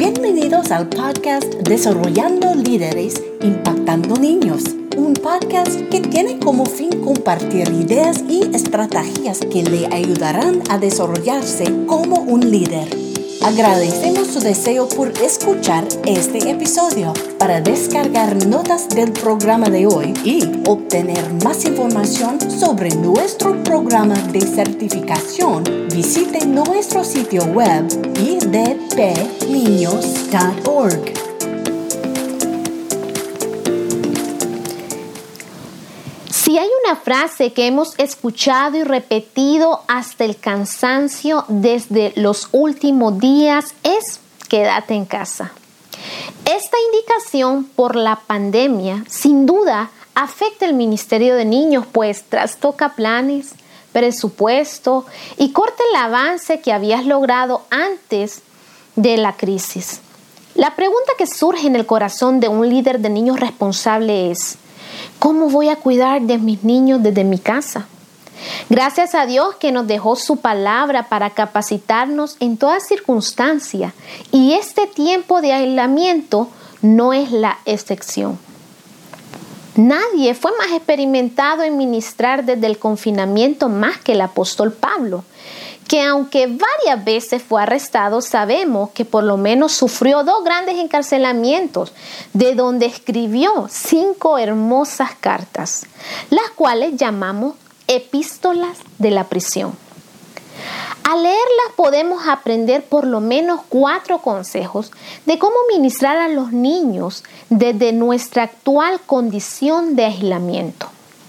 Bienvenidos al podcast Desarrollando Líderes, Impactando Niños. Un podcast que tiene como fin compartir ideas y estrategias que le ayudarán a desarrollarse como un líder. Agradecemos su deseo por escuchar este episodio. Para descargar notas del programa de hoy y obtener más información sobre nuestro programa de certificación, visite nuestro sitio web idpniños.org. Si hay una frase que hemos escuchado y repetido hasta el cansancio desde los últimos días es quédate en casa. Esta indicación por la pandemia sin duda afecta el Ministerio de Niños, pues trastoca planes, presupuesto y corta el avance que habías logrado antes de la crisis. La pregunta que surge en el corazón de un líder de niños responsable es: ¿cómo voy a cuidar de mis niños desde mi casa? Gracias a Dios que nos dejó su palabra para capacitarnos en toda circunstancia, y este tiempo de aislamiento no es la excepción. Nadie fue más experimentado en ministrar desde el confinamiento más que el apóstol Pablo, que aunque varias veces fue arrestado, sabemos que por lo menos sufrió 2 grandes encarcelamientos, de donde escribió 5 hermosas cartas, las cuales llamamos epístolas de la prisión. Al leerlas podemos aprender por lo menos 4 consejos de cómo ministrar a los niños desde nuestra actual condición de aislamiento.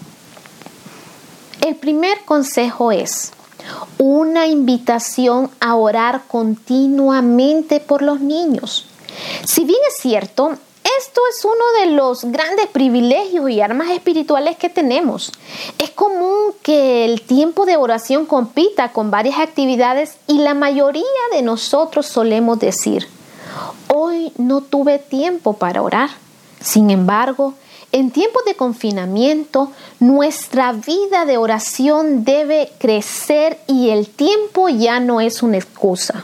El primer consejo es una invitación a orar continuamente por los niños. Si bien es cierto, esto es uno de los grandes privilegios y armas espirituales que tenemos. Es común que el tiempo de oración compita con varias actividades y la mayoría de nosotros solemos decir: hoy no tuve tiempo para orar. Sin embargo, en tiempos de confinamiento, nuestra vida de oración debe crecer y el tiempo ya no es una excusa.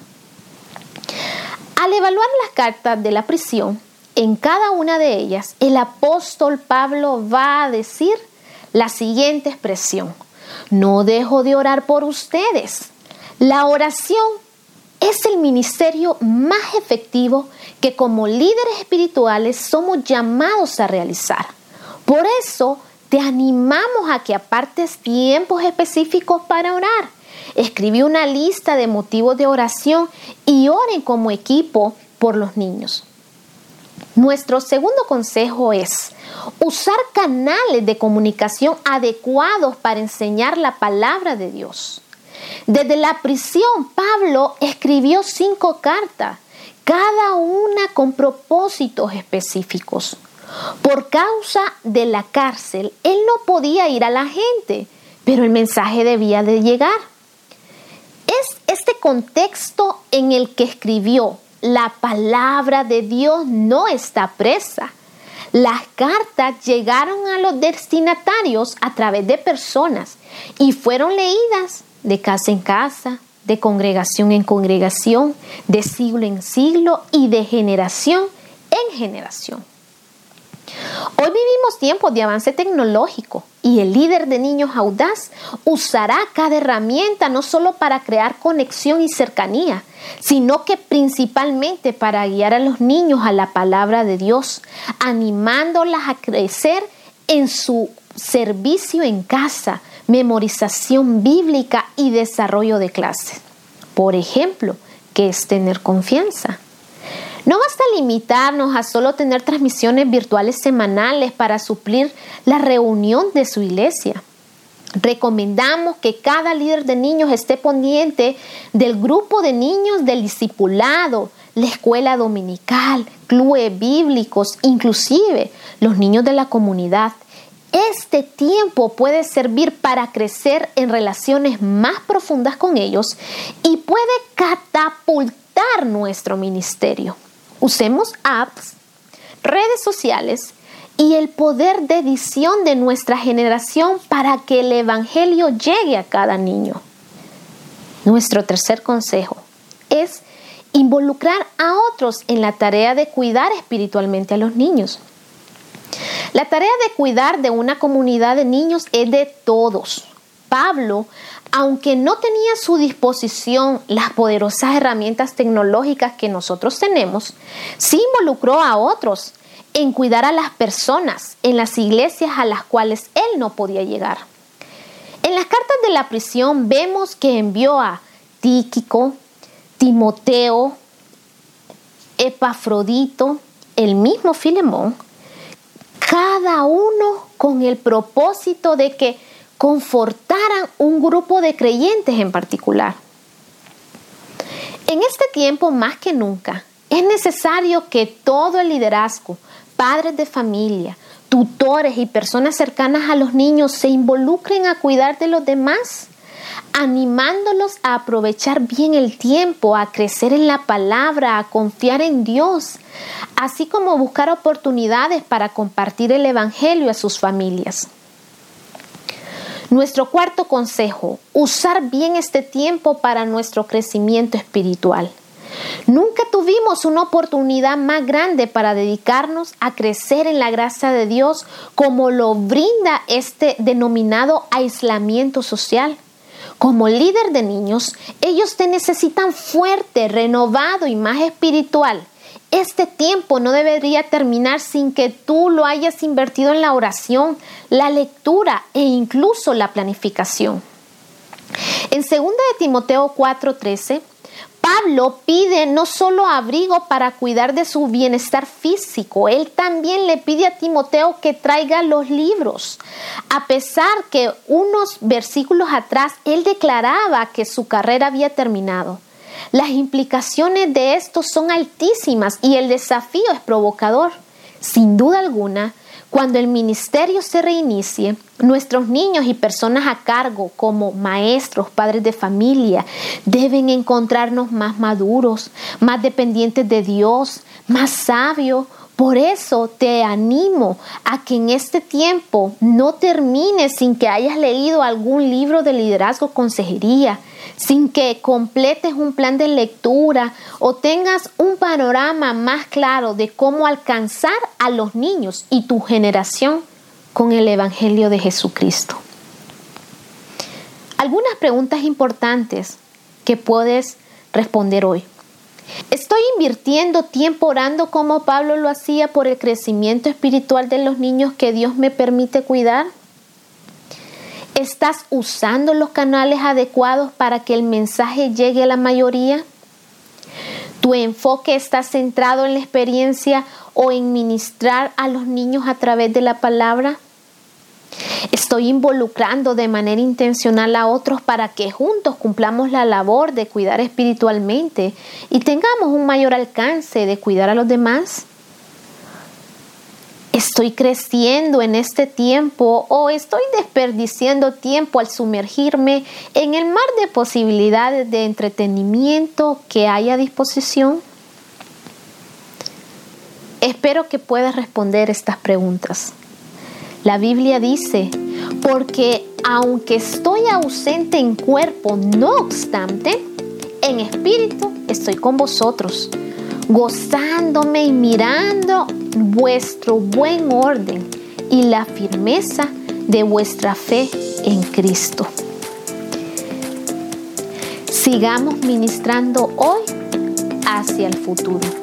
Al evaluar las cartas de la prisión, en cada una de ellas, el apóstol Pablo va a decir la siguiente expresión: no dejo de orar por ustedes. La oración es el ministerio más efectivo que como líderes espirituales somos llamados a realizar. Por eso te animamos a que apartes tiempos específicos para orar. Escribí una lista de motivos de oración y oren como equipo por los niños. Nuestro segundo consejo es usar canales de comunicación adecuados para enseñar la palabra de Dios. Desde la prisión, Pablo escribió 5 cartas, cada una con propósitos específicos. Por causa de la cárcel, él no podía ir a la gente, pero el mensaje debía de llegar. Es este contexto en el que escribió: la palabra de Dios no está presa. Las cartas llegaron a los destinatarios a través de personas y fueron leídas de casa en casa, de congregación en congregación, de siglo en siglo y de generación en generación. Hoy vivimos tiempos de avance tecnológico y el líder de niños audaz usará cada herramienta no solo para crear conexión y cercanía, sino que principalmente para guiar a los niños a la palabra de Dios, animándolas a crecer en su servicio en casa, memorización bíblica y desarrollo de clases. Por ejemplo, ¿qué es tener confianza? No basta limitarnos a solo tener transmisiones virtuales semanales para suplir la reunión de su iglesia. Recomendamos que cada líder de niños esté pendiente del grupo de niños del discipulado, la escuela dominical, clubes bíblicos, inclusive los niños de la comunidad. Este tiempo puede servir para crecer en relaciones más profundas con ellos y puede catapultar nuestro ministerio. Usemos apps, redes sociales y el poder de visión de nuestra generación para que el evangelio llegue a cada niño. Nuestro tercer consejo es involucrar a otros en la tarea de cuidar espiritualmente a los niños. La tarea de cuidar de una comunidad de niños es de todos. Pablo, aunque no tenía a su disposición las poderosas herramientas tecnológicas que nosotros tenemos, sí involucró a otros en cuidar a las personas en las iglesias a las cuales él no podía llegar. En las cartas de la prisión vemos que envió a Tíquico, Timoteo, Epafrodito, el mismo Filemón, cada uno con el propósito de que confortaran un grupo de creyentes en particular. En este tiempo, más que nunca, es necesario que todo el liderazgo, padres de familia, tutores y personas cercanas a los niños se involucren a cuidar de los demás, animándolos a aprovechar bien el tiempo, a crecer en la palabra, a confiar en Dios, así como buscar oportunidades para compartir el evangelio a sus familias. Nuestro cuarto consejo: usar bien este tiempo para nuestro crecimiento espiritual. Nunca tuvimos una oportunidad más grande para dedicarnos a crecer en la gracia de Dios como lo brinda este denominado aislamiento social. Como líder de niños, ellos te necesitan fuerte, renovado y más espiritual. Este tiempo no debería terminar sin que tú lo hayas invertido en la oración, la lectura e incluso la planificación. En 2 de Timoteo 4:13, Pablo pide no solo abrigo para cuidar de su bienestar físico, él también le pide a Timoteo que traiga los libros. A pesar que unos versículos atrás él declaraba que su carrera había terminado, las implicaciones de esto son altísimas y el desafío es provocador. Sin duda alguna, cuando el ministerio se reinicie, nuestros niños y personas a cargo como maestros, padres de familia, deben encontrarnos más maduros, más dependientes de Dios, más sabios. Por eso te animo a que en este tiempo no termines sin que hayas leído algún libro de liderazgo o consejería, sin que completes un plan de lectura o tengas un panorama más claro de cómo alcanzar a los niños y tu generación con el Evangelio de Jesucristo. Algunas preguntas importantes que puedes responder hoy. ¿Estoy invirtiendo tiempo orando como Pablo lo hacía por el crecimiento espiritual de los niños que Dios me permite cuidar? ¿Estás usando los canales adecuados para que el mensaje llegue a la mayoría? ¿Tu enfoque está centrado en la experiencia o en ministrar a los niños a través de la palabra? ¿Estoy involucrando de manera intencional a otros para que juntos cumplamos la labor de cuidar espiritualmente y tengamos un mayor alcance de cuidar a los demás? ¿Estoy creciendo en este tiempo o estoy desperdiciando tiempo al sumergirme en el mar de posibilidades de entretenimiento que hay a disposición? Espero que puedas responder estas preguntas. La Biblia dice, porque aunque estoy ausente en cuerpo, no obstante, en espíritu estoy con vosotros, gozándome y mirando vuestro buen orden y la firmeza de vuestra fe en Cristo. Sigamos ministrando hoy hacia el futuro.